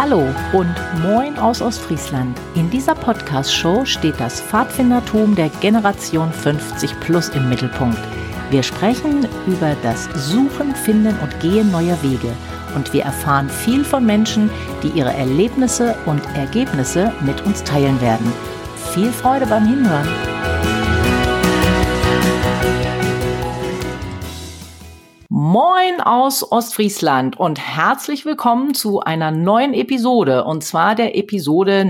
Hallo und moin aus Ostfriesland. In dieser Podcast-Show steht das Pfadfindertum der Generation 50 plus im Mittelpunkt. Wir sprechen über das Suchen, Finden und Gehen neuer Wege. Und wir erfahren viel von Menschen, die ihre Erlebnisse und Ergebnisse mit uns teilen werden. Viel Freude beim Hinhören. Moin aus Ostfriesland und herzlich willkommen zu einer neuen Episode, und zwar der Episode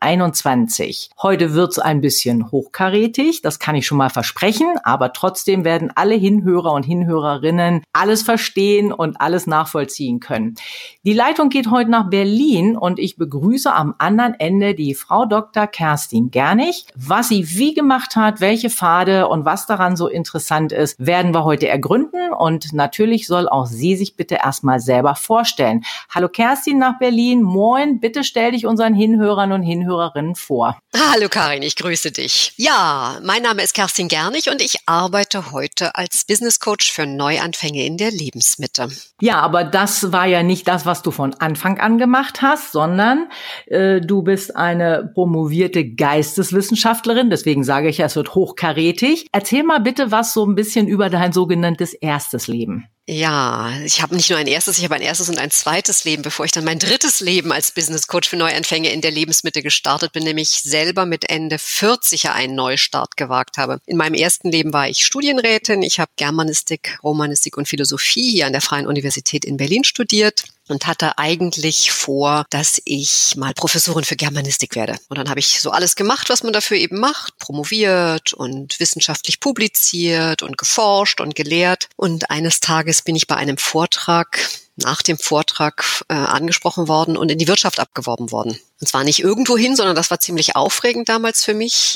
021. Heute wird's ein bisschen hochkarätig, das kann ich schon mal versprechen, aber trotzdem werden alle Hinhörer und Hinhörerinnen alles verstehen und alles nachvollziehen können. Die Leitung geht heute nach Berlin und ich begrüße am anderen Ende die Frau Dr. Kerstin Gernig. Was sie wie gemacht hat, welche Pfade und was daran so interessant ist, werden wir heute ergründen, und natürlich soll auch sie sich bitte erstmal selber vorstellen. Hallo Kerstin nach Berlin, moin, bitte stell dich unseren Hinhörern und Hinhörerinnen vor. Hallo Karin, ich grüße dich. Ja, mein Name ist Kerstin Gernig und ich arbeite heute als Business Coach für Neuanfänge in der Lebensmitte. Ja, aber das war ja nicht das, was du von Anfang an gemacht hast, sondern du bist eine promovierte Geisteswissenschaftlerin, deswegen sage ich ja, es wird hochkarätig. Erzähl mal bitte was so ein bisschen über dein sogenanntes erstes Leben. Ja, ich habe nicht nur ein erstes, ich habe ein erstes und ein zweites Leben, bevor ich dann mein drittes Leben als Business Coach für Neuanfänge in der Lebensmitte gestartet bin, nämlich selber mit Ende 40 einen Neustart gewagt habe. In meinem ersten Leben war ich Studienrätin, ich habe Germanistik, Romanistik und Philosophie hier an der Freien Universität in Berlin studiert und hatte eigentlich vor, dass ich mal Professorin für Germanistik werde. Und dann habe ich so alles gemacht, was man dafür eben macht, promoviert und wissenschaftlich publiziert und geforscht und gelehrt. Und eines Tages bin ich bei einem Vortrag, nach dem Vortrag angesprochen worden und in die Wirtschaft abgeworben worden. Und zwar nicht irgendwohin, sondern das war ziemlich aufregend damals für mich.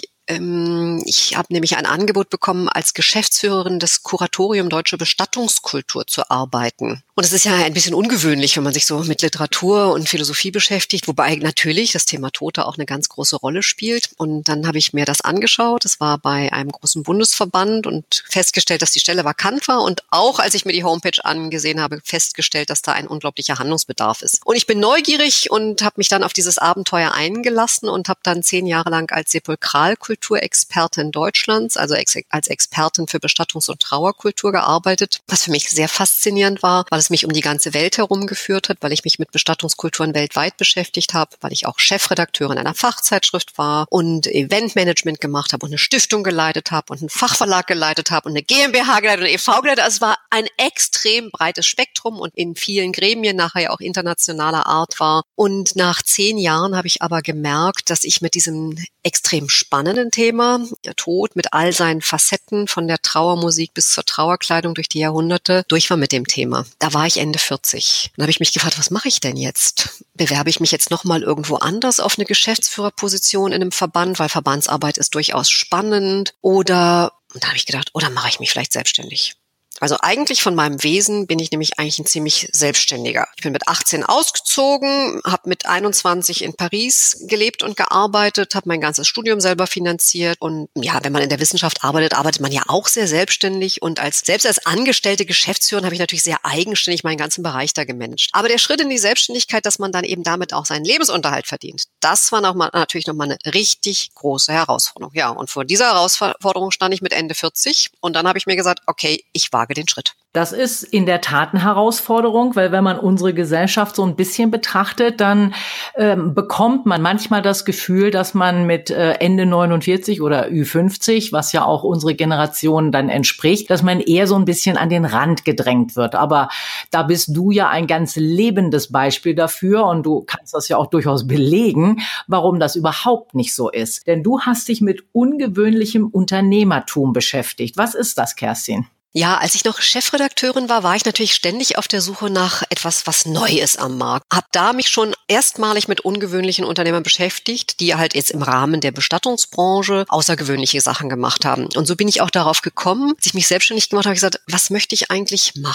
Ich habe nämlich ein Angebot bekommen, als Geschäftsführerin des Kuratorium Deutsche Bestattungskultur zu arbeiten. Und es ist ja ein bisschen ungewöhnlich, wenn man sich so mit Literatur und Philosophie beschäftigt, wobei natürlich das Thema Tote auch eine ganz große Rolle spielt. Und dann habe ich mir das angeschaut. Es war bei einem großen Bundesverband und festgestellt, dass die Stelle vakant war. Und auch, als ich mir die Homepage angesehen habe, festgestellt, dass da ein unglaublicher Handlungsbedarf ist. Und ich bin neugierig und habe mich dann auf dieses Abenteuer eingelassen und habe dann 10 Jahre lang als Sepulkralkulturexpertin Deutschlands, also als Expertin für Bestattungs- und Trauerkultur gearbeitet, was für mich sehr faszinierend war, weil es mich um die ganze Welt herum geführt hat, weil ich mich mit Bestattungskulturen weltweit beschäftigt habe, weil ich auch Chefredakteurin einer Fachzeitschrift war und Eventmanagement gemacht habe und eine Stiftung geleitet habe und einen Fachverlag geleitet habe und eine GmbH geleitet und eine e.V. geleitet. Also es war ein extrem breites Spektrum und in vielen Gremien nachher ja auch internationaler Art war. Und nach 10 Jahren habe ich aber gemerkt, dass ich mit diesem extrem spannenden Thema, der Tod mit all seinen Facetten, von der Trauermusik bis zur Trauerkleidung durch die Jahrhunderte, durch war mit dem Thema. Da war ich Ende 40. Dann habe ich mich gefragt, was mache ich denn jetzt? Bewerbe ich mich jetzt nochmal irgendwo anders auf eine Geschäftsführerposition in einem Verband, weil Verbandsarbeit ist durchaus spannend, und da habe ich gedacht, oder mache ich mich vielleicht selbstständig? Also eigentlich von meinem Wesen bin ich nämlich eigentlich ein ziemlich Selbstständiger. Ich bin mit 18 ausgezogen, habe mit 21 in Paris gelebt und gearbeitet, habe mein ganzes Studium selber finanziert. Und ja, wenn man in der Wissenschaft arbeitet, arbeitet man ja auch sehr selbstständig. Und selbst als angestellte Geschäftsführerin habe ich natürlich sehr eigenständig meinen ganzen Bereich da gemanagt. Aber der Schritt in die Selbstständigkeit, dass man dann eben damit auch seinen Lebensunterhalt verdient, das war natürlich nochmal eine richtig große Herausforderung. Ja, und vor dieser Herausforderung stand ich mit Ende 40. Und dann habe ich mir gesagt, okay, ich wage den Schritt. Das ist in der Tat eine Herausforderung, weil wenn man unsere Gesellschaft so ein bisschen betrachtet, dann bekommt man manchmal das Gefühl, dass man mit Ende 49 oder Ü50, was ja auch unsere Generation dann entspricht, dass man eher so ein bisschen an den Rand gedrängt wird. Aber da bist du ja ein ganz lebendes Beispiel dafür, und du kannst das ja auch durchaus belegen, warum das überhaupt nicht so ist. Denn du hast dich mit ungewöhnlichem Unternehmertum beschäftigt. Was ist das, Kerstin? Ja, als ich noch Chefredakteurin war ich natürlich ständig auf der Suche nach etwas, was neu ist am Markt. Hab da mich schon erstmalig mit ungewöhnlichen Unternehmern beschäftigt, die halt jetzt im Rahmen der Bestattungsbranche außergewöhnliche Sachen gemacht haben. Und so bin ich auch darauf gekommen, als ich mich selbstständig gemacht habe, habe ich gesagt, was möchte ich eigentlich machen?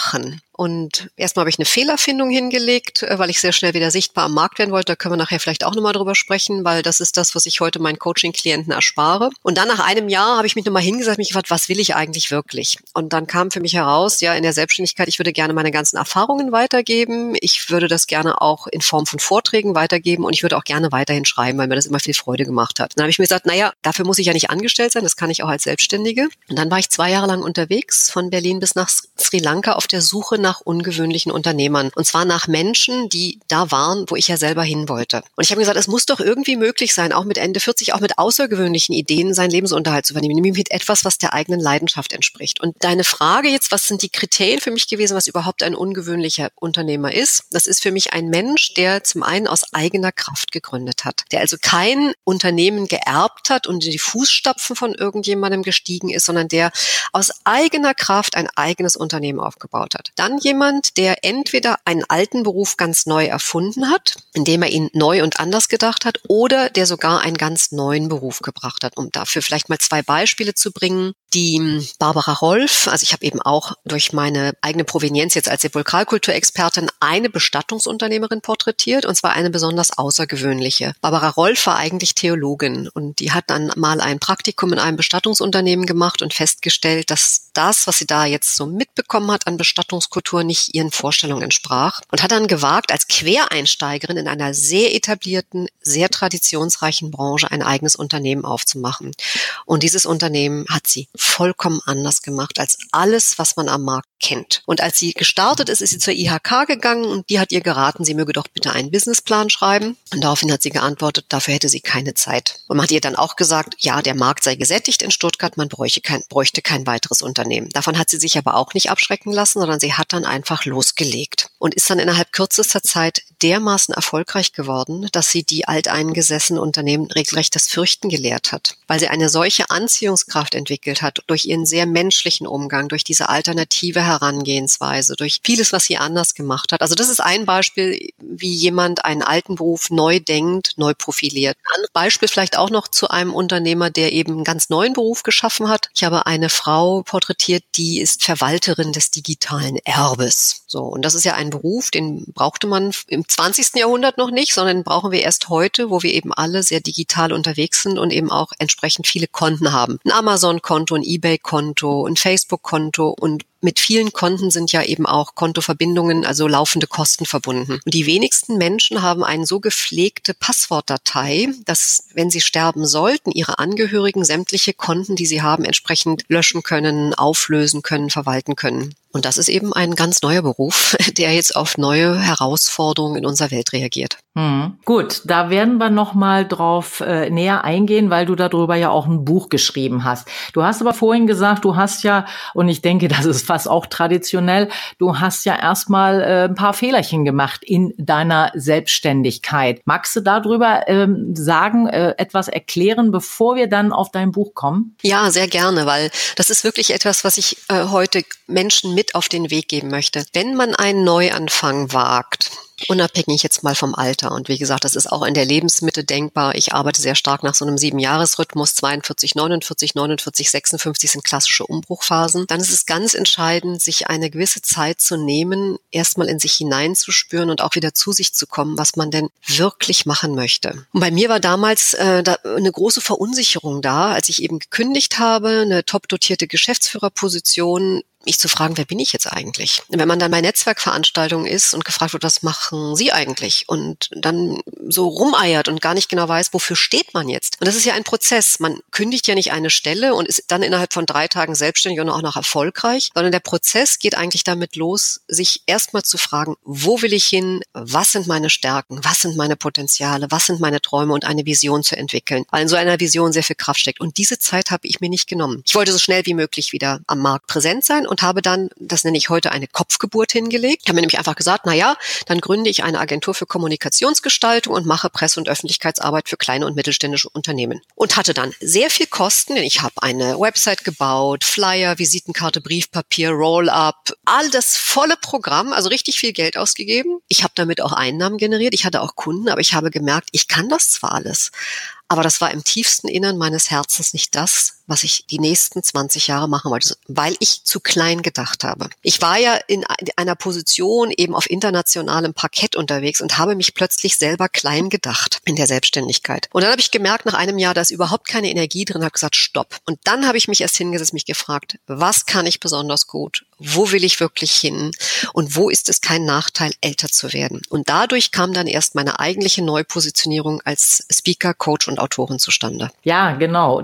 Und erstmal habe ich eine Fehlerfindung hingelegt, weil ich sehr schnell wieder sichtbar am Markt werden wollte. Da können wir nachher vielleicht auch nochmal drüber sprechen, weil das ist das, was ich heute meinen Coaching-Klienten erspare. Und dann nach einem Jahr habe ich mich nochmal hingesetzt, mich gefragt, was will ich eigentlich wirklich? Und dann kam für mich heraus, ja, in der Selbstständigkeit, ich würde gerne meine ganzen Erfahrungen weitergeben. Ich würde das gerne auch in Form von Vorträgen weitergeben und ich würde auch gerne weiterhin schreiben, weil mir das immer viel Freude gemacht hat. Dann habe ich mir gesagt, naja, dafür muss ich ja nicht angestellt sein, das kann ich auch als Selbstständige. Und dann war ich 2 Jahre lang unterwegs, von Berlin bis nach Sri Lanka auf der Suche nach ungewöhnlichen Unternehmern. Und zwar nach Menschen, die da waren, wo ich ja selber hin wollte. Und ich habe mir gesagt, es muss doch irgendwie möglich sein, auch mit Ende 40, auch mit außergewöhnlichen Ideen seinen Lebensunterhalt zu verdienen, nämlich mit etwas, was der eigenen Leidenschaft entspricht. Und deine Frage jetzt, was sind die Kriterien für mich gewesen, was überhaupt ein ungewöhnlicher Unternehmer ist? Das ist für mich ein Mensch, der zum einen aus eigener Kraft gegründet hat, der also kein Unternehmen geerbt hat und in die Fußstapfen von irgendjemandem gestiegen ist, sondern der aus eigener Kraft ein eigenes Unternehmen aufgebaut hat. Dann jemand, der entweder einen alten Beruf ganz neu erfunden hat, indem er ihn neu und anders gedacht hat, oder der sogar einen ganz neuen Beruf gebracht hat. Um dafür vielleicht mal 2 Beispiele zu bringen. Die Barbara Rolf, also ich habe eben auch durch meine eigene Provenienz jetzt als Sepulkralkulturexpertin eine Bestattungsunternehmerin porträtiert, und zwar eine besonders außergewöhnliche. Barbara Rolf war eigentlich Theologin und die hat dann mal ein Praktikum in einem Bestattungsunternehmen gemacht und festgestellt, dass das, was sie da jetzt so mitbekommen hat an Bestattungskultur, nicht ihren Vorstellungen entsprach und hat dann gewagt, als Quereinsteigerin in einer sehr etablierten, sehr traditionsreichen Branche ein eigenes Unternehmen aufzumachen. Und dieses Unternehmen hat sie vollkommen anders gemacht als alles, was man am Markt kennt. Und als sie gestartet ist, ist sie zur IHK gegangen und die hat ihr geraten, sie möge doch bitte einen Businessplan schreiben. Und daraufhin hat sie geantwortet, dafür hätte sie keine Zeit. Und man hat ihr dann auch gesagt, ja, der Markt sei gesättigt in Stuttgart, man bräuchte kein weiteres Unternehmen. Davon hat sie sich aber auch nicht abschrecken lassen, sondern sie hat dann einfach losgelegt und ist dann innerhalb kürzester Zeit dermaßen erfolgreich geworden, dass sie die alteingesessenen Unternehmen regelrecht das Fürchten gelehrt hat, weil sie eine solche Anziehungskraft entwickelt hat durch ihren sehr menschlichen Umgang, durch diese alternative Herangehensweise, durch vieles, was sie anders gemacht hat. Also das ist ein Beispiel, wie jemand einen alten Beruf neu denkt, neu profiliert. Ein Beispiel vielleicht auch noch zu einem Unternehmer, der eben einen ganz neuen Beruf geschaffen hat. Ich habe eine Frau porträtiert, die ist Verwalterin des digitalen Erbes. So, und das ist ja ein Beruf, den brauchte man im 20. Jahrhundert noch nicht, sondern den brauchen wir erst heute, wo wir eben alle sehr digital unterwegs sind und eben auch entsprechend viele Konten haben. Ein Amazon-Konto, ein eBay-Konto, ein Facebook-Konto und mit vielen Konten sind ja eben auch Kontoverbindungen, also laufende Kosten verbunden. Und die wenigsten Menschen haben eine so gepflegte Passwortdatei, dass, wenn sie sterben sollten, ihre Angehörigen sämtliche Konten, die sie haben, entsprechend löschen können, auflösen können, verwalten können. Und das ist eben ein ganz neuer Beruf, der jetzt auf neue Herausforderungen in unserer Welt reagiert. Gut, da werden wir nochmal drauf näher eingehen, weil du darüber ja auch ein Buch geschrieben hast. Du hast aber vorhin gesagt, du hast ja, und ich denke, das ist fast auch traditionell, du hast ja erstmal ein paar Fehlerchen gemacht in deiner Selbstständigkeit. Magst du darüber sagen, etwas erklären, bevor wir dann auf dein Buch kommen? Ja, sehr gerne, weil das ist wirklich etwas, was ich heute Menschen mit auf den Weg geben möchte. Wenn man einen Neuanfang wagt, unabhängig jetzt mal vom Alter. Und wie gesagt, das ist auch in der Lebensmitte denkbar. Ich arbeite sehr stark nach so einem 7-Jahres-Rhythmus. 42, 49, 49, 56 sind klassische Umbruchphasen. Dann ist es ganz entscheidend, sich eine gewisse Zeit zu nehmen, erstmal in sich hineinzuspüren und auch wieder zu sich zu kommen, was man denn wirklich machen möchte. Und bei mir war damals eine große Verunsicherung da, als ich eben gekündigt habe, eine top-dotierte Geschäftsführerposition, mich zu fragen, wer bin ich jetzt eigentlich? Wenn man dann bei Netzwerkveranstaltungen ist und gefragt wird, was machen Sie eigentlich? Und dann so rumeiert und gar nicht genau weiß, wofür steht man jetzt? Und das ist ja ein Prozess. Man kündigt ja nicht eine Stelle und ist dann innerhalb von 3 Tagen selbstständig und auch noch erfolgreich, sondern der Prozess geht eigentlich damit los, sich erstmal zu fragen, wo will ich hin? Was sind meine Stärken? Was sind meine Potenziale? Was sind meine Träume? Und eine Vision zu entwickeln. Weil in so einer Vision sehr viel Kraft steckt. Und diese Zeit habe ich mir nicht genommen. Ich wollte so schnell wie möglich wieder am Markt präsent sein und habe dann, das nenne ich heute, eine Kopfgeburt hingelegt. Ich habe mir nämlich einfach gesagt, dann gründe ich eine Agentur für Kommunikationsgestaltung und mache Presse- und Öffentlichkeitsarbeit für kleine und mittelständische Unternehmen. Und hatte dann sehr viel Kosten, denn ich habe eine Website gebaut, Flyer, Visitenkarte, Briefpapier, Roll-up, all das volle Programm, also richtig viel Geld ausgegeben. Ich habe damit auch Einnahmen generiert, ich hatte auch Kunden, aber ich habe gemerkt, ich kann das zwar alles, Aber das war im tiefsten Innern meines Herzens nicht das, was ich die nächsten 20 Jahre machen wollte, weil ich zu klein gedacht habe. Ich war ja in einer Position eben auf internationalem Parkett unterwegs und habe mich plötzlich selber klein gedacht in der Selbstständigkeit. Und dann habe ich gemerkt, nach einem Jahr, da ist überhaupt keine Energie drin, habe gesagt, stopp. Und dann habe ich mich erst hingesetzt, mich gefragt, was kann ich besonders gut? Wo will ich wirklich hin? Und wo ist es kein Nachteil, älter zu werden? Und dadurch kam dann erst meine eigentliche Neupositionierung als Speaker, Coach und Autorin zustande. Ja, genau.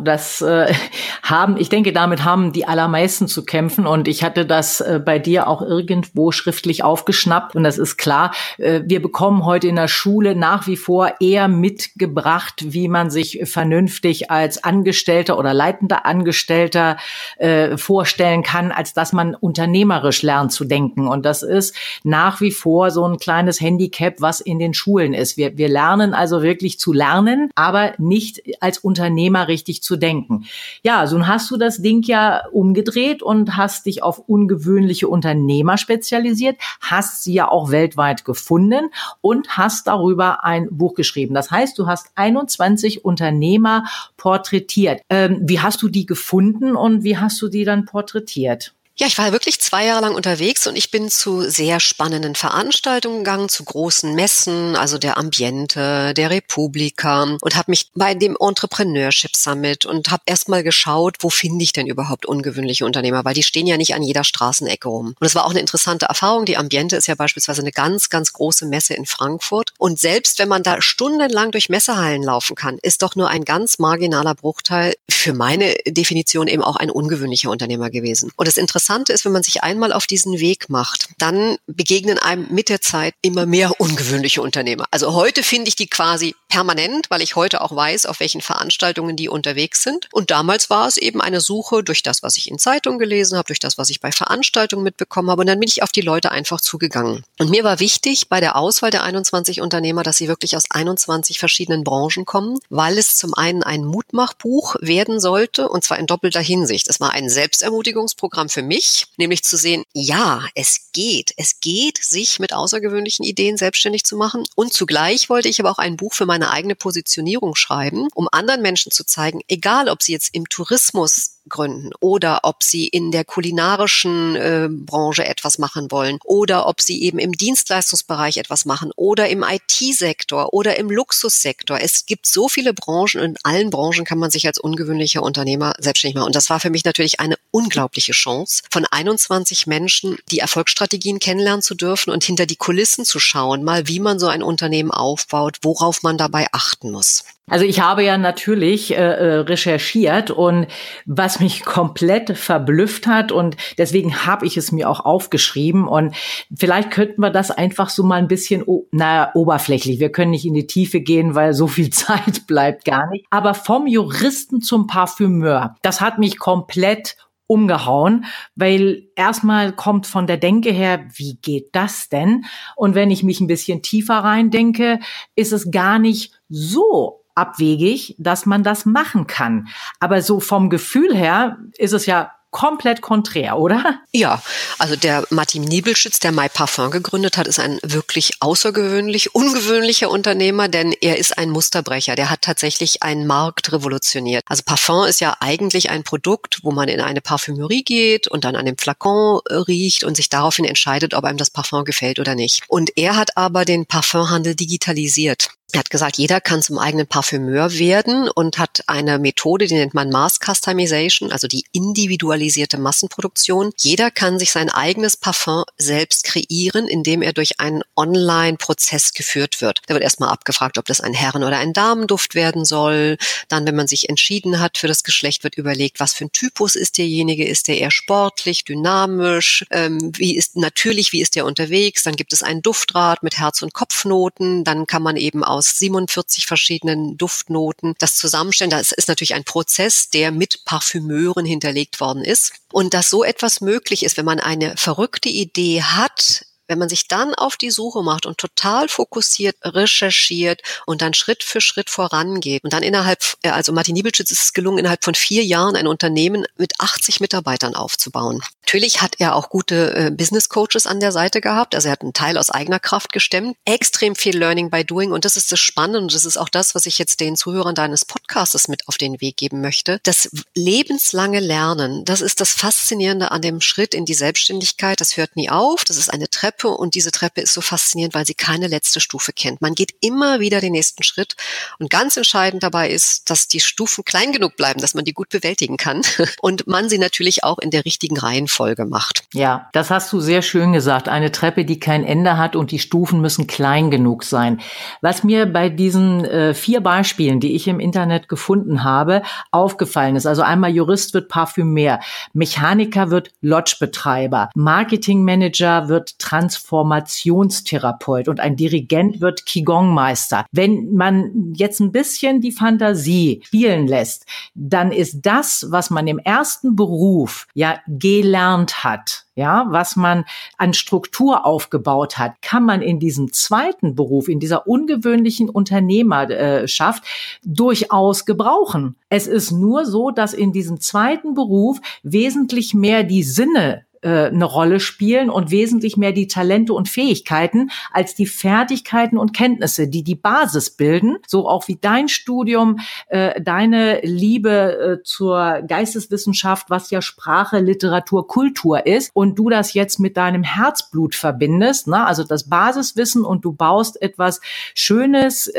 Ich denke, damit haben die allermeisten zu kämpfen. Und ich hatte das bei dir auch irgendwo schriftlich aufgeschnappt. Und das ist klar. Wir bekommen heute in der Schule nach wie vor eher mitgebracht, wie man sich vernünftig als Angestellter oder leitender Angestellter vorstellen kann, als dass man unternehmerisch lernt zu denken. Und das ist nach wie vor so ein kleines Handicap, was in den Schulen ist. Wir lernen also wirklich zu lernen, aber nicht als Unternehmer richtig zu denken. Ja, so hast du das Ding ja umgedreht und hast dich auf ungewöhnliche Unternehmer spezialisiert, hast sie ja auch weltweit gefunden und hast darüber ein Buch geschrieben. Das heißt, du hast 21 Unternehmer porträtiert. Wie hast du die gefunden und wie hast du die dann porträtiert? Ja, ich war wirklich 2 Jahre lang unterwegs und ich bin zu sehr spannenden Veranstaltungen gegangen, zu großen Messen, also der Ambiente, der Republika, und habe mich bei dem Entrepreneurship Summit und habe erstmal geschaut, wo finde ich denn überhaupt ungewöhnliche Unternehmer, weil die stehen ja nicht an jeder Straßenecke rum. Und es war auch eine interessante Erfahrung. Die Ambiente ist ja beispielsweise eine ganz, ganz große Messe in Frankfurt. Und selbst wenn man da stundenlang durch Messehallen laufen kann, ist doch nur ein ganz marginaler Bruchteil für meine Definition eben auch ein ungewöhnlicher Unternehmer gewesen. Und das Interessante ist, wenn man sich einmal auf diesen Weg macht, dann begegnen einem mit der Zeit immer mehr ungewöhnliche Unternehmer. Also heute finde ich die quasi permanent, weil ich heute auch weiß, auf welchen Veranstaltungen die unterwegs sind. Und damals war es eben eine Suche durch das, was ich in Zeitungen gelesen habe, durch das, was ich bei Veranstaltungen mitbekommen habe. Und dann bin ich auf die Leute einfach zugegangen. Und mir war wichtig bei der Auswahl der 21 Unternehmer, dass sie wirklich aus 21 verschiedenen Branchen kommen, weil es zum einen ein Mutmachbuch werden sollte, und zwar in doppelter Hinsicht. Es war ein Selbstermutigungsprogramm für mich, nämlich zu sehen, ja, es geht, sich mit außergewöhnlichen Ideen selbstständig zu machen. Und zugleich wollte ich aber auch ein Buch für meine eigene Positionierung schreiben, um anderen Menschen zu zeigen, egal ob sie jetzt im Tourismus gründen oder ob sie in der kulinarischen Branche etwas machen wollen oder ob sie eben im Dienstleistungsbereich etwas machen oder im IT-Sektor oder im Luxussektor. Es gibt so viele Branchen und in allen Branchen kann man sich als ungewöhnlicher Unternehmer selbstständig machen. Und das war für mich natürlich eine unglaubliche Chance, von 21 Menschen die Erfolgsstrategien kennenlernen zu dürfen und hinter die Kulissen zu schauen, mal wie man so ein Unternehmen aufbaut, worauf man dabei achten muss. Also ich habe ja natürlich recherchiert und was mich komplett verblüfft hat und deswegen habe ich es mir auch aufgeschrieben und vielleicht könnten wir das einfach so mal ein bisschen, oberflächlich. Wir können nicht in die Tiefe gehen, weil so viel Zeit bleibt gar nicht. Aber vom Juristen zum Parfümeur, das hat mich komplett umgehauen, weil erstmal kommt von der Denke her, wie geht das denn? Und wenn ich mich ein bisschen tiefer reindenke, ist es gar nicht so abwegig, dass man das machen kann. Aber so vom Gefühl her ist es ja komplett konträr, oder? Ja, also der Martin Niebelschütz, der My Parfum gegründet hat, ist ein wirklich außergewöhnlich, ungewöhnlicher Unternehmer, denn er ist ein Musterbrecher. Der hat tatsächlich einen Markt revolutioniert. Also Parfum ist ja eigentlich ein Produkt, wo man in eine Parfümerie geht und dann an dem Flakon riecht und sich daraufhin entscheidet, ob einem das Parfum gefällt oder nicht. Und er hat aber den Parfumhandel digitalisiert. Er hat gesagt, jeder kann zum eigenen Parfümeur werden und hat eine Methode, die nennt man Mass Customization, also die individualisierte Massenproduktion. Jeder kann sich sein eigenes Parfum selbst kreieren, indem er durch einen Online-Prozess geführt wird. Da wird erstmal abgefragt, ob das ein Herren- oder ein Damenduft werden soll. Dann, wenn man sich entschieden hat für das Geschlecht, wird überlegt, was für ein Typus ist derjenige. Ist der eher sportlich, dynamisch? Wie ist der unterwegs? Dann gibt es einen Duftrad mit Herz- und Kopfnoten. Dann kann man eben aus 47 verschiedenen Duftnoten das zusammenstellen. Das ist natürlich ein Prozess, der mit Parfümeuren hinterlegt worden ist. Und dass so etwas möglich ist, wenn man eine verrückte Idee hat, wenn man sich dann auf die Suche macht und total fokussiert recherchiert und dann Schritt für Schritt vorangeht und dann also Martin Niebelschütz ist es gelungen, innerhalb von 4 Jahren ein Unternehmen mit 80 Mitarbeitern aufzubauen. Natürlich hat er auch gute Business Coaches an der Seite gehabt, also er hat einen Teil aus eigener Kraft gestemmt, extrem viel Learning by Doing und das ist das Spannende und das ist auch das, was ich jetzt den Zuhörern deines Podcastes mit auf den Weg geben möchte. Das lebenslange Lernen, das ist das Faszinierende an dem Schritt in die Selbstständigkeit, das hört nie auf, das ist eine Treppe und diese Treppe ist so faszinierend, weil sie keine letzte Stufe kennt. Man geht immer wieder den nächsten Schritt und ganz entscheidend dabei ist, dass die Stufen klein genug bleiben, dass man die gut bewältigen kann und man sie natürlich auch in der richtigen Reihenfolge macht. Ja, das hast du sehr schön gesagt. Eine Treppe, die kein Ende hat und die Stufen müssen klein genug sein. Was mir bei diesen 4 Beispielen, die ich im Internet gefunden habe, aufgefallen ist, also einmal Jurist wird Parfümeur, Mechaniker wird Lodgebetreiber, Marketingmanager wird Transformationstherapeut und ein Dirigent wird Qigong-Meister. Wenn man jetzt ein bisschen die Fantasie spielen lässt, dann ist das, was man im ersten Beruf ja gelernt hat, ja, was man an Struktur aufgebaut hat, kann man in diesem zweiten Beruf, in dieser ungewöhnlichen Unternehmerschaft durchaus gebrauchen. Es ist nur so, dass in diesem zweiten Beruf wesentlich mehr die Sinne eine Rolle spielen und wesentlich mehr die Talente und Fähigkeiten als die Fertigkeiten und Kenntnisse, die die Basis bilden, so auch wie dein Studium, deine Liebe zur Geisteswissenschaft, was ja Sprache, Literatur, Kultur ist und du das jetzt mit deinem Herzblut verbindest, ne? Also das Basiswissen und du baust etwas Schönes,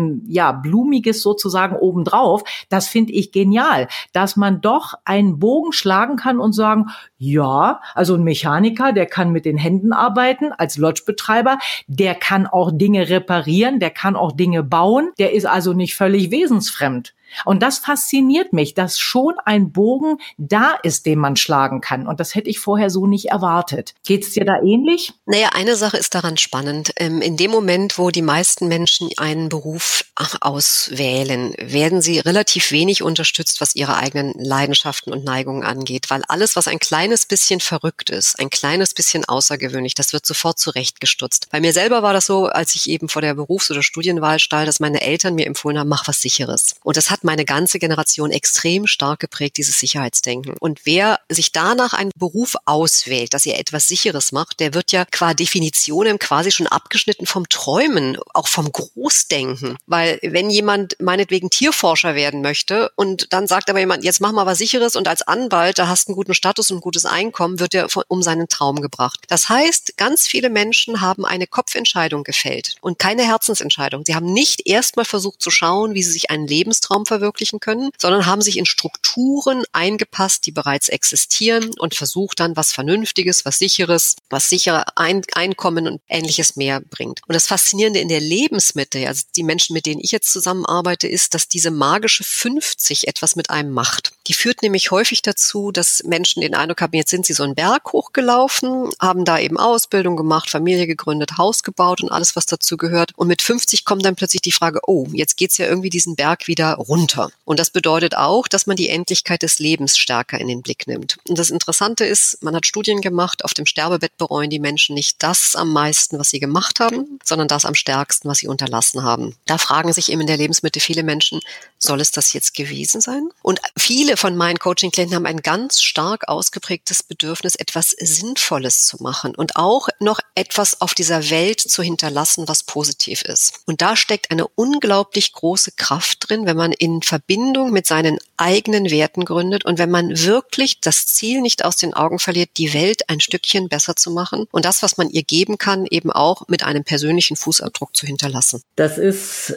Blumiges sozusagen obendrauf. Das finde ich genial, dass man doch einen Bogen schlagen kann und sagen, ja, also ein Mechaniker, der kann mit den Händen arbeiten, als Lodgebetreiber, der kann auch Dinge reparieren, der kann auch Dinge bauen, der ist also nicht völlig wesensfremd. Und das fasziniert mich, dass schon ein Bogen da ist, den man schlagen kann. Und das hätte ich vorher so nicht erwartet. Geht's dir da ähnlich? Naja, eine Sache ist daran spannend. In dem Moment, wo die meisten Menschen einen Beruf auswählen, werden sie relativ wenig unterstützt, was ihre eigenen Leidenschaften und Neigungen angeht. Weil alles, was ein kleines bisschen verrückt ist, ein kleines bisschen außergewöhnlich, das wird sofort zurechtgestutzt. Bei mir selber war das so, als ich eben vor der Berufs- oder Studienwahl stand, dass meine Eltern mir empfohlen haben, mach was Sicheres. Und das hat meine ganze Generation extrem stark geprägt, dieses Sicherheitsdenken. Und wer sich danach einen Beruf auswählt, dass er etwas Sicheres macht, der wird ja qua Definition quasi schon abgeschnitten vom Träumen, auch vom Großdenken. Weil wenn jemand meinetwegen Tierforscher werden möchte und dann sagt aber jemand, jetzt mach mal was Sicheres und als Anwalt, da hast du einen guten Status und ein gutes Einkommen, wird er um seinen Traum gebracht. Das heißt, ganz viele Menschen haben eine Kopfentscheidung gefällt und keine Herzensentscheidung. Sie haben nicht erstmal versucht zu schauen, wie sie sich einen Lebenstraum verwirklichen können, sondern haben sich in Strukturen eingepasst, die bereits existieren und versucht dann was Vernünftiges, was Sicheres, was sichere Einkommen und Ähnliches mehr bringt. Und das Faszinierende in der Lebensmitte, also die Menschen, mit denen ich jetzt zusammenarbeite, ist, dass diese magische 50 etwas mit einem macht. Die führt nämlich häufig dazu, dass Menschen den Eindruck haben, jetzt sind sie so einen Berg hochgelaufen, haben da eben Ausbildung gemacht, Familie gegründet, Haus gebaut und alles, was dazu gehört. Und mit 50 kommt dann plötzlich die Frage, oh, jetzt geht's ja irgendwie diesen Berg wieder runter. Und das bedeutet auch, dass man die Endlichkeit des Lebens stärker in den Blick nimmt. Und das Interessante ist, man hat Studien gemacht, auf dem Sterbebett bereuen die Menschen nicht das am meisten, was sie gemacht haben, sondern das am stärksten, was sie unterlassen haben. Da fragen sich eben in der Lebensmitte viele Menschen, soll es das jetzt gewesen sein? Und viele von meinen Coaching-Klienten haben ein ganz stark ausgeprägtes Bedürfnis, etwas Sinnvolles zu machen und auch noch etwas auf dieser Welt zu hinterlassen, was positiv ist. Und da steckt eine unglaublich große Kraft drin, wenn man in Verbindung mit seinen eigenen Werten gründet und wenn man wirklich das Ziel nicht aus den Augen verliert, die Welt ein Stückchen besser zu machen und das, was man ihr geben kann, eben auch mit einem persönlichen Fußabdruck zu hinterlassen. Das ist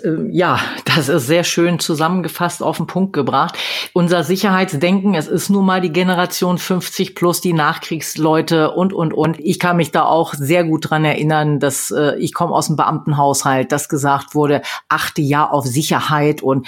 sehr schön zusammengefasst auf den Punkt gebracht. Unser Sicherheitsdenken, es ist nun mal die Generation 50 plus die Nachkriegsleute und. Ich kann mich da auch sehr gut dran erinnern, dass ich komme aus dem Beamtenhaushalt, dass gesagt wurde, achte ja auf Sicherheit und ne,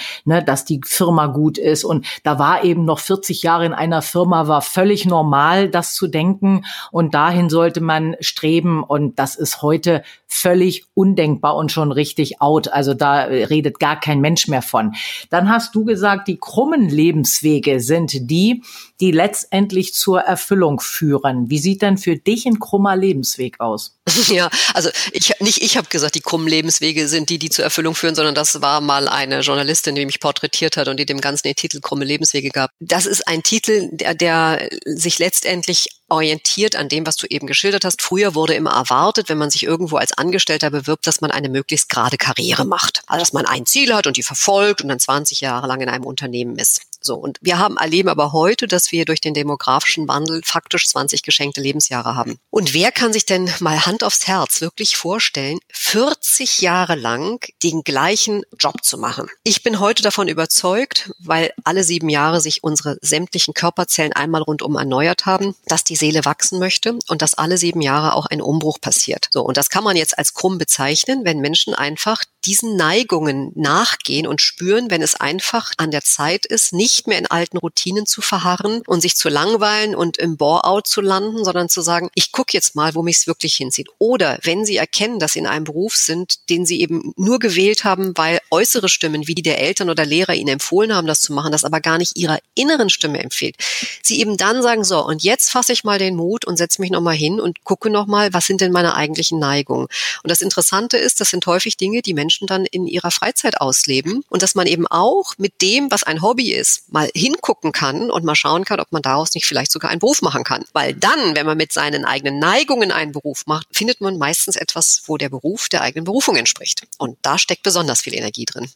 dass die Firma gut ist. Und da war eben noch 40 Jahre in einer Firma, war völlig normal, das zu denken. Und dahin sollte man streben. Und das ist heute völlig undenkbar und schon richtig out. Also da redet gar kein Mensch mehr von. Dann hast du gesagt, die krummen Lebenswege sind die letztendlich zur Erfüllung führen. Wie sieht denn für dich ein krummer Lebensweg aus? Ja, also ich habe gesagt, die krummen Lebenswege sind die zur Erfüllung führen, sondern das war mal eine Journalistin, die mich porträtiert hat und die dem Ganzen den Titel Krumme Lebenswege gab. Das ist ein Titel, der sich letztendlich orientiert an dem, was du eben geschildert hast. Früher wurde immer erwartet, wenn man sich irgendwo als Angestellter bewirbt, dass man eine möglichst gerade Karriere macht. Also dass man ein Ziel hat und die verfolgt und dann 20 Jahre lang in einem Unternehmen ist. So, und wir erleben aber heute, dass wir durch den demografischen Wandel faktisch 20 geschenkte Lebensjahre haben. Und wer kann sich denn mal Hand aufs Herz wirklich vorstellen, 40 Jahre lang den gleichen Job zu machen? Ich bin heute davon überzeugt, weil alle 7 Jahre sich unsere sämtlichen Körperzellen einmal rundum erneuert haben, dass die Seele wachsen möchte und dass alle 7 Jahre auch ein Umbruch passiert. So, und das kann man jetzt als krumm bezeichnen, wenn Menschen einfach diesen Neigungen nachgehen und spüren, wenn es einfach an der Zeit ist, nicht mehr in alten Routinen zu verharren und sich zu langweilen und im Bore-out zu landen, sondern zu sagen, ich gucke jetzt mal, wo mich es wirklich hinzieht. Oder wenn sie erkennen, dass sie in einem Beruf sind, den sie eben nur gewählt haben, weil äußere Stimmen wie die der Eltern oder Lehrer ihnen empfohlen haben, das zu machen, das aber gar nicht ihrer inneren Stimme empfiehlt. Sie eben dann sagen, so, und jetzt fasse ich mal den Mut und setze mich nochmal hin und gucke nochmal, was sind denn meine eigentlichen Neigungen. Und das Interessante ist, das sind häufig Dinge, die Menschen dann in ihrer Freizeit ausleben und dass man eben auch mit dem, was ein Hobby ist, mal hingucken kann und mal schauen kann, ob man daraus nicht vielleicht sogar einen Beruf machen kann. Weil dann, wenn man mit seinen eigenen Neigungen einen Beruf macht, findet man meistens etwas, wo der Beruf der eigenen Berufung entspricht. Und da steckt besonders viel Energie drin.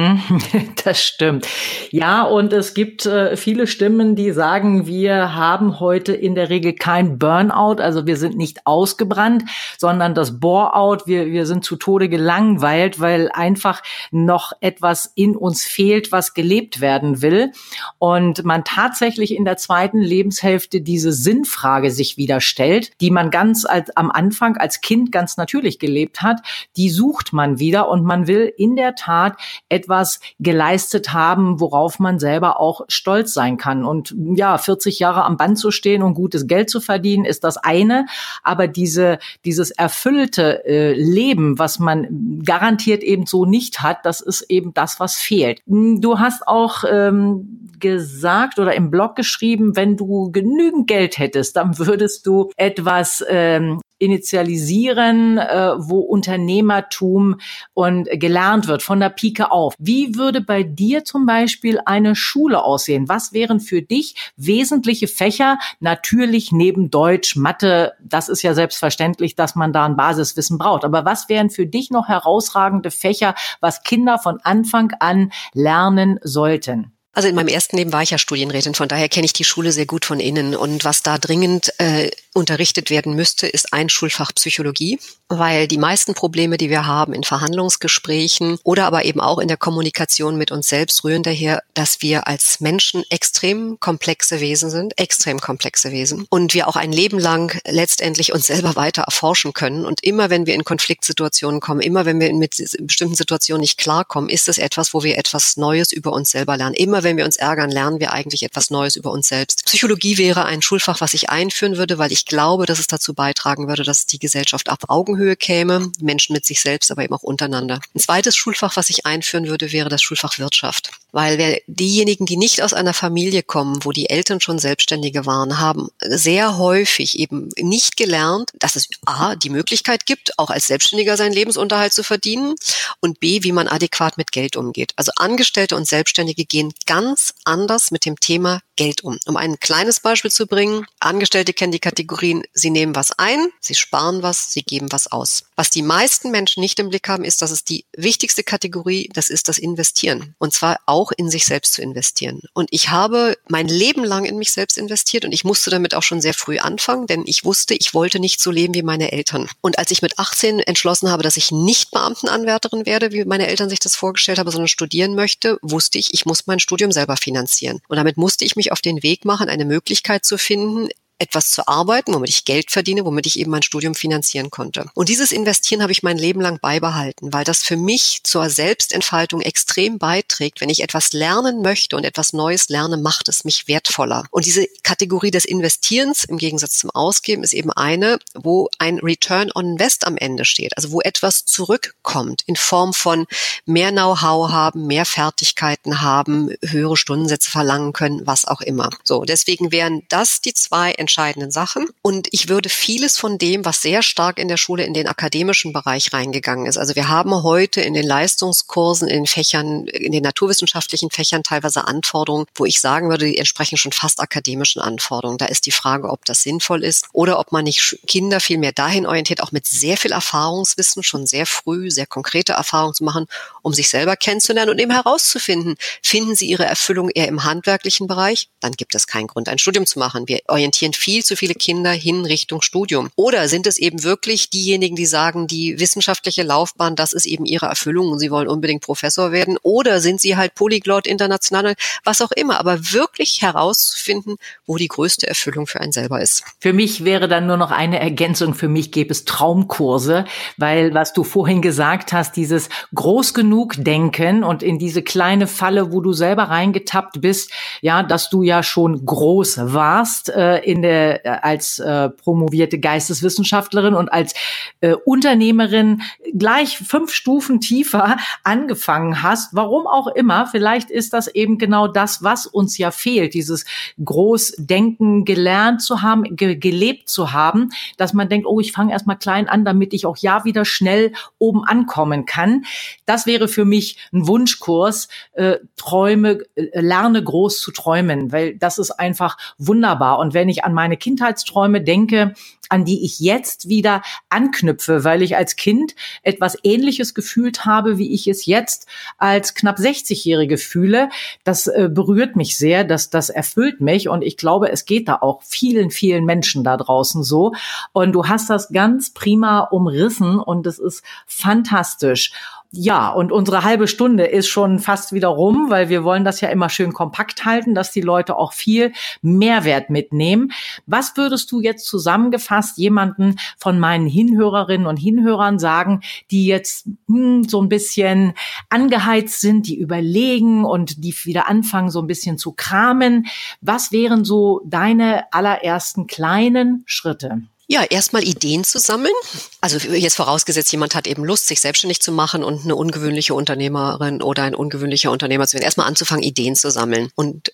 Das stimmt. Ja, und es gibt viele Stimmen, die sagen, wir haben heute in der Regel kein Burnout, also wir sind nicht ausgebrannt, sondern das Bore-out, wir sind zu Tode gelangweilt, weil einfach noch etwas in uns fehlt, was gelebt werden will. Und man tatsächlich in der zweiten Lebenshälfte diese Sinnfrage sich wieder stellt, die man am Anfang als Kind ganz natürlich gelebt hat, die sucht man wieder und man will in der Tat etwas geleistet haben, worauf man selber auch stolz sein kann. Und ja, 40 Jahre am Band zu stehen und gutes Geld zu verdienen, ist das eine. Aber dieses erfüllte Leben, was man garantiert eben so nicht hat, das ist eben das, was fehlt. Du hast auch gesagt oder im Blog geschrieben, wenn du genügend Geld hättest, dann würdest du etwas initialisieren, wo Unternehmertum und gelernt wird, von der Pike auf. Wie würde bei dir zum Beispiel eine Schule aussehen? Was wären für dich wesentliche Fächer? Natürlich neben Deutsch, Mathe, das ist ja selbstverständlich, dass man da ein Basiswissen braucht. Aber was wären für dich noch herausragende Fächer, was Kinder von Anfang an lernen sollten? Also in meinem ersten Leben war ich ja Studienrätin, von daher kenne ich die Schule sehr gut von innen. Und was da dringend unterrichtet werden müsste, ist ein Schulfach Psychologie, weil die meisten Probleme, die wir haben in Verhandlungsgesprächen oder aber eben auch in der Kommunikation mit uns selbst, rühren daher, dass wir als Menschen extrem komplexe Wesen sind und wir auch ein Leben lang letztendlich uns selber weiter erforschen können. Und immer wenn wir in Konfliktsituationen kommen, immer wenn wir mit bestimmten Situationen nicht klarkommen, ist es etwas, wo wir etwas Neues über uns selber lernen. Immer wenn wir uns ärgern, lernen wir eigentlich etwas Neues über uns selbst. Psychologie wäre ein Schulfach, was ich einführen würde, weil ich glaube, dass es dazu beitragen würde, dass die Gesellschaft auf Augenhöhe käme, Menschen mit sich selbst, aber eben auch untereinander. Ein zweites Schulfach, was ich einführen würde, wäre das Schulfach Wirtschaft. Weil diejenigen, die nicht aus einer Familie kommen, wo die Eltern schon Selbstständige waren, haben sehr häufig eben nicht gelernt, dass es A, die Möglichkeit gibt, auch als Selbstständiger seinen Lebensunterhalt zu verdienen und B, wie man adäquat mit Geld umgeht. Also Angestellte und Selbstständige gehen ganz anders mit dem Thema Geld um. Um ein kleines Beispiel zu bringen, Angestellte kennen die Kategorien, sie nehmen was ein, sie sparen was, sie geben was aus. Was die meisten Menschen nicht im Blick haben, ist, dass es die wichtigste Kategorie, das ist das Investieren. Und zwar auch in sich selbst zu investieren. Und ich habe mein Leben lang in mich selbst investiert und ich musste damit auch schon sehr früh anfangen, denn ich wusste, ich wollte nicht so leben wie meine Eltern. Und als ich mit 18 entschlossen habe, dass ich nicht Beamtenanwärterin werde, wie meine Eltern sich das vorgestellt haben, sondern studieren möchte, wusste ich muss mein Studium selber finanzieren. Und damit musste ich mich auf den Weg machen, eine Möglichkeit zu finden, etwas zu arbeiten, womit ich Geld verdiene, womit ich eben mein Studium finanzieren konnte. Und dieses Investieren habe ich mein Leben lang beibehalten, weil das für mich zur Selbstentfaltung extrem beiträgt. Wenn ich etwas lernen möchte und etwas Neues lerne, macht es mich wertvoller. Und diese Kategorie des Investierens im Gegensatz zum Ausgeben ist eben eine, wo ein Return on Invest am Ende steht, also wo etwas zurückkommt in Form von mehr Know-how haben, mehr Fertigkeiten haben, höhere Stundensätze verlangen können, was auch immer. So, deswegen wären das die zwei entscheidenden Sachen. Und ich würde vieles von dem, was sehr stark in der Schule in den akademischen Bereich reingegangen ist. Also wir haben heute in den Leistungskursen, in den Fächern, in den naturwissenschaftlichen Fächern teilweise Anforderungen, wo ich sagen würde, die entsprechen schon fast akademischen Anforderungen. Da ist die Frage, ob das sinnvoll ist oder ob man nicht Kinder viel mehr dahin orientiert, auch mit sehr viel Erfahrungswissen, schon sehr früh, sehr konkrete Erfahrungen zu machen, um sich selber kennenzulernen und eben herauszufinden, finden sie ihre Erfüllung eher im handwerklichen Bereich? Dann gibt es keinen Grund, ein Studium zu machen. Wir orientieren viel zu viele Kinder hin Richtung Studium. Oder sind es eben wirklich diejenigen, die sagen, die wissenschaftliche Laufbahn, das ist eben ihre Erfüllung und sie wollen unbedingt Professor werden? Oder sind sie halt Polyglot, international, was auch immer, aber wirklich herauszufinden, wo die größte Erfüllung für einen selber ist. Für mich wäre dann nur noch eine Ergänzung. Für mich gäbe es Traumkurse, weil was du vorhin gesagt hast, dieses groß genug denken und in diese kleine Falle, wo du selber reingetappt bist, ja, dass du ja schon groß warst als promovierte Geisteswissenschaftlerin und als Unternehmerin gleich 5 Stufen tiefer angefangen hast. Warum auch immer, vielleicht ist das eben genau das, was uns ja fehlt, dieses Großdenken gelernt zu haben, gelebt zu haben, dass man denkt, oh, ich fange erst mal klein an, damit ich auch ja wieder schnell oben ankommen kann. Das wäre für mich ein Wunschkurs, lerne groß zu träumen, weil das ist einfach wunderbar. Und wenn ich an meine Kindheitsträume denke, an die ich jetzt wieder anknüpfe, weil ich als Kind etwas Ähnliches gefühlt habe, wie ich es jetzt als knapp 60-Jährige fühle. Das berührt mich sehr, das erfüllt mich und ich glaube, es geht da auch vielen, vielen Menschen da draußen so. Und du hast das ganz prima umrissen und es ist fantastisch. Ja, und unsere halbe Stunde ist schon fast wieder rum, weil wir wollen das ja immer schön kompakt halten, dass die Leute auch viel Mehrwert mitnehmen. Was würdest du jetzt zusammengefasst jemanden von meinen Hinhörerinnen und Hinhörern sagen, die jetzt so ein bisschen angeheizt sind, die überlegen und die wieder anfangen, so ein bisschen zu kramen? Was wären so deine allerersten kleinen Schritte? Ja, erstmal Ideen zu sammeln. Also jetzt vorausgesetzt, jemand hat eben Lust, sich selbstständig zu machen und eine ungewöhnliche Unternehmerin oder ein ungewöhnlicher Unternehmer zu werden. Erstmal anzufangen, Ideen zu sammeln. Und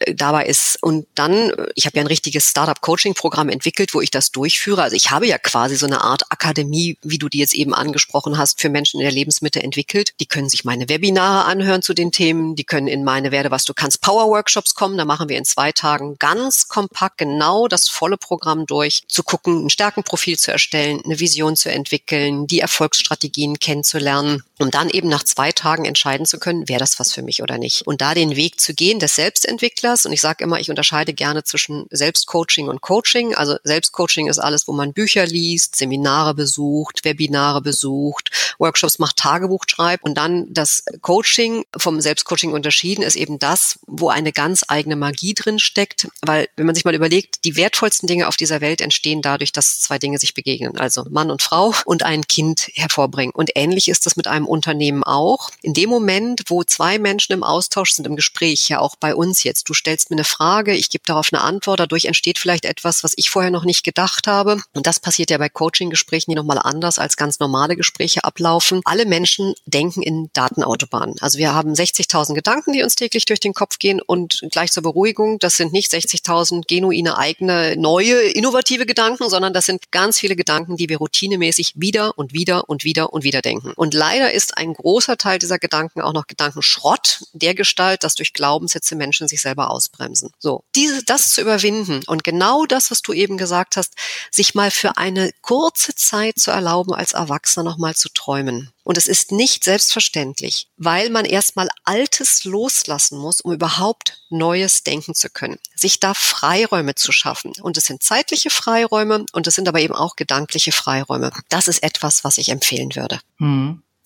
dann, ich habe ja ein richtiges Startup-Coaching-Programm entwickelt, wo ich das durchführe. Also ich habe ja quasi so eine Art Akademie, wie du die jetzt eben angesprochen hast, für Menschen in der Lebensmitte entwickelt. Die können sich meine Webinare anhören zu den Themen. Die können in meine Werde, was du kannst, Power-Workshops kommen. Da machen wir in 2 Tagen ganz kompakt genau das volle Programm durch, zu gucken, ein Stärkenprofil zu erstellen, eine Vision zu entwickeln, die Erfolgsstrategien kennenzulernen, um dann eben nach 2 Tagen entscheiden zu können, wäre das was für mich oder nicht. Und da den Weg zu gehen des Selbstentwicklers, und ich sage immer, ich unterscheide gerne zwischen Selbstcoaching und Coaching. Also Selbstcoaching ist alles, wo man Bücher liest, Seminare besucht, Webinare besucht, Workshops macht, Tagebuch schreibt. Und dann das Coaching vom Selbstcoaching unterschieden ist eben das, wo eine ganz eigene Magie drin steckt. Weil, wenn man sich mal überlegt, die wertvollsten Dinge auf dieser Welt entstehen dadurch, dass 2 Dinge sich begegnen. Also Mann und Frau und ein Kind hervorbringen. Und ähnlich ist das mit einem Unternehmen auch. In dem Moment, wo 2 Menschen im Austausch sind, im Gespräch, ja auch bei uns jetzt, du stellst mir eine Frage, ich gebe darauf eine Antwort, dadurch entsteht vielleicht etwas, was ich vorher noch nicht gedacht habe. Und das passiert ja bei Coaching-Gesprächen, die nochmal anders als ganz normale Gespräche ablaufen. Alle Menschen denken in Datenautobahnen. Also wir haben 60.000 Gedanken, die uns täglich durch den Kopf gehen und gleich zur Beruhigung, das sind nicht 60.000 genuine, eigene, neue, innovative Gedanken, sondern das sind ganz viele Gedanken, die wir routinemäßig wieder und wieder und wieder und wieder denken. Und leider ist ein großer Teil dieser Gedanken auch noch Gedankenschrott der Gestalt, dass durch Glaubenssätze Menschen sich selber ausbremsen. So, das zu überwinden und genau das, was du eben gesagt hast, sich mal für eine kurze Zeit zu erlauben, als Erwachsener nochmal zu träumen. Und es ist nicht selbstverständlich, weil man erstmal Altes loslassen muss, um überhaupt Neues denken zu können. Sich da Freiräume zu schaffen. Und es sind zeitliche Freiräume und es sind aber eben auch gedankliche Freiräume. Das ist etwas, was ich empfehlen würde. Ja.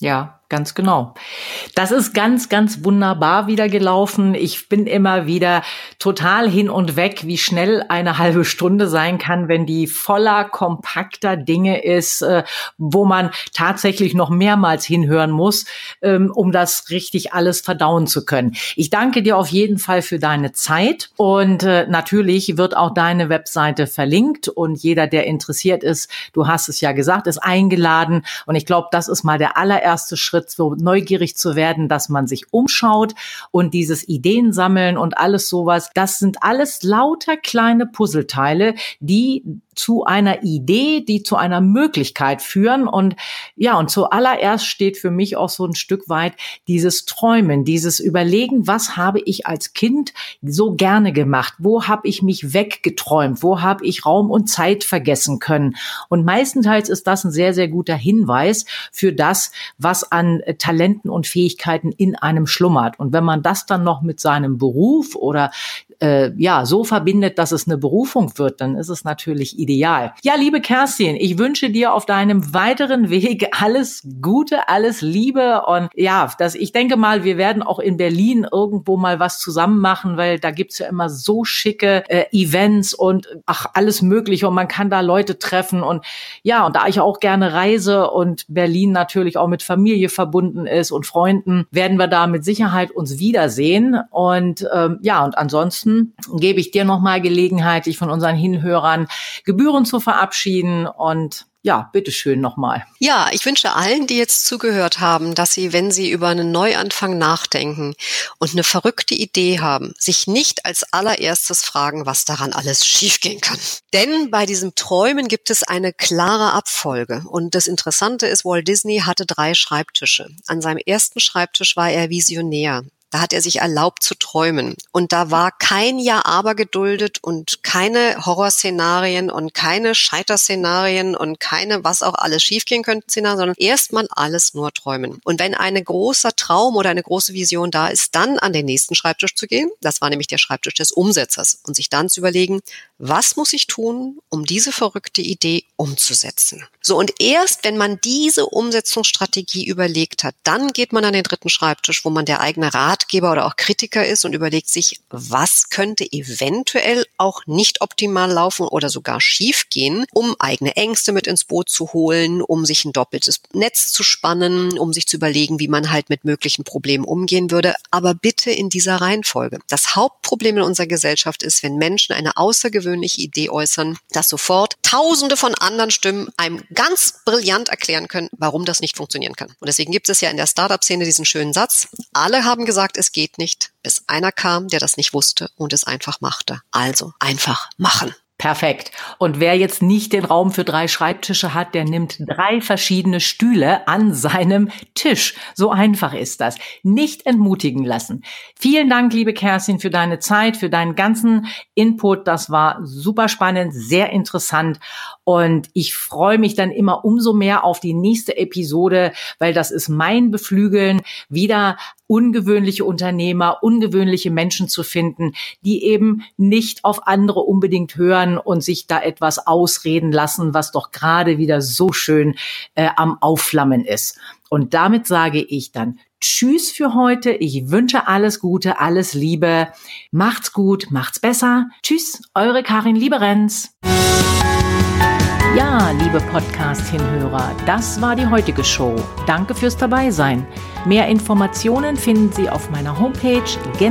ganz genau. Das ist ganz, ganz wunderbar wieder gelaufen. Ich bin immer wieder total hin und weg, wie schnell eine halbe Stunde sein kann, wenn die voller kompakter Dinge ist, wo man tatsächlich noch mehrmals hinhören muss, um das richtig alles verdauen zu können. Ich danke dir auf jeden Fall für deine Zeit und natürlich wird auch deine Webseite verlinkt und jeder, der interessiert ist, du hast es ja gesagt, ist eingeladen und ich glaube, das ist mal der allererste Schritt, so neugierig zu werden, dass man sich umschaut und dieses Ideen sammeln und alles sowas, das sind alles lauter kleine Puzzleteile, die zu einer Idee, die zu einer Möglichkeit führen und ja, und zuallererst steht für mich auch so ein Stück weit dieses Träumen, dieses Überlegen, was habe ich als Kind so gerne gemacht, wo habe ich mich weggeträumt, wo habe ich Raum und Zeit vergessen können und meistenteils ist das ein sehr, sehr guter Hinweis für das, was an Talenten und Fähigkeiten in einem schlummert und wenn man das dann noch mit seinem Beruf oder so verbindet, dass es eine Berufung wird, dann ist es natürlich ideal. Ja, liebe Kerstin, ich wünsche dir auf deinem weiteren Weg alles Gute, alles Liebe und ja, ich denke mal, wir werden auch in Berlin irgendwo mal was zusammen machen, weil da gibt's ja immer so schicke Events und alles mögliche und man kann da Leute treffen und ja, und da ich auch gerne reise und Berlin natürlich auch mit Familie verbunden ist und Freunden, werden wir da mit Sicherheit uns wiedersehen und und ansonsten gebe ich dir nochmal Gelegenheit, dich von unseren Hinhörern gebührend zu verabschieden und ja, bitteschön nochmal. Ja, ich wünsche allen, die jetzt zugehört haben, dass sie, wenn sie über einen Neuanfang nachdenken und eine verrückte Idee haben, sich nicht als allererstes fragen, was daran alles schiefgehen kann. Denn bei diesem Träumen gibt es eine klare Abfolge. Und das Interessante ist, Walt Disney hatte 3 Schreibtische. An seinem ersten Schreibtisch war er Visionär. Da hat er sich erlaubt zu träumen. Und da war kein Ja-Aber geduldet und keine Horrorszenarien und keine Scheiterszenarien und keine, was auch alles schiefgehen könnte, Szenarien, sondern erstmal alles nur träumen. Und wenn ein großer Traum oder eine große Vision da ist, dann an den nächsten Schreibtisch zu gehen, das war nämlich der Schreibtisch des Umsetzers, und sich dann zu überlegen, was muss ich tun, um diese verrückte Idee umzusetzen? So, und erst wenn man diese Umsetzungsstrategie überlegt hat, dann geht man an den 3. Schreibtisch, wo man der eigene Ratgeber oder auch Kritiker ist und überlegt sich, was könnte eventuell auch nicht optimal laufen oder sogar schief gehen, um eigene Ängste mit ins Boot zu holen, um sich ein doppeltes Netz zu spannen, um sich zu überlegen, wie man halt mit möglichen Problemen umgehen würde, aber bitte in dieser Reihenfolge. Das Hauptproblem in unserer Gesellschaft ist, wenn Menschen eine außergewöhnliche Idee äußern, dass sofort Tausende von anderen Stimmen einem ganz brillant erklären können, warum das nicht funktionieren kann. Und deswegen gibt es ja in der Startup-Szene diesen schönen Satz, alle haben gesagt, es geht nicht, bis einer kam, der das nicht wusste und es einfach machte. Also einfach machen. Perfekt. Und wer jetzt nicht den Raum für 3 Schreibtische hat, der nimmt 3 verschiedene Stühle an seinem Tisch. So einfach ist das. Nicht entmutigen lassen. Vielen Dank, liebe Kerstin, für deine Zeit, für deinen ganzen Input. Das war super spannend, sehr interessant. Und ich freue mich dann immer umso mehr auf die nächste Episode, weil das ist mein Beflügeln, wieder ungewöhnliche Unternehmer, ungewöhnliche Menschen zu finden, die eben nicht auf andere unbedingt hören und sich da etwas ausreden lassen, was doch gerade wieder so schön am Aufflammen ist. Und damit sage ich dann Tschüss für heute. Ich wünsche alles Gute, alles Liebe. Macht's gut, macht's besser. Tschüss, eure Karin Lieberenz. Ja, liebe Podcast-Hinhörer, das war die heutige Show. Danke fürs Dabeisein. Mehr Informationen finden Sie auf meiner Homepage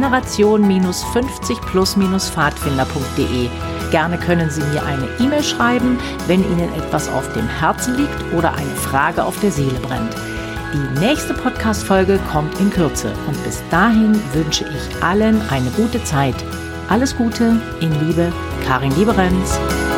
generation-50plus-pfadfinder.de. Gerne können Sie mir eine E-Mail schreiben, wenn Ihnen etwas auf dem Herzen liegt oder eine Frage auf der Seele brennt. Die nächste Podcast-Folge kommt in Kürze und bis dahin wünsche ich allen eine gute Zeit. Alles Gute, in Liebe, Karin Lieberenz.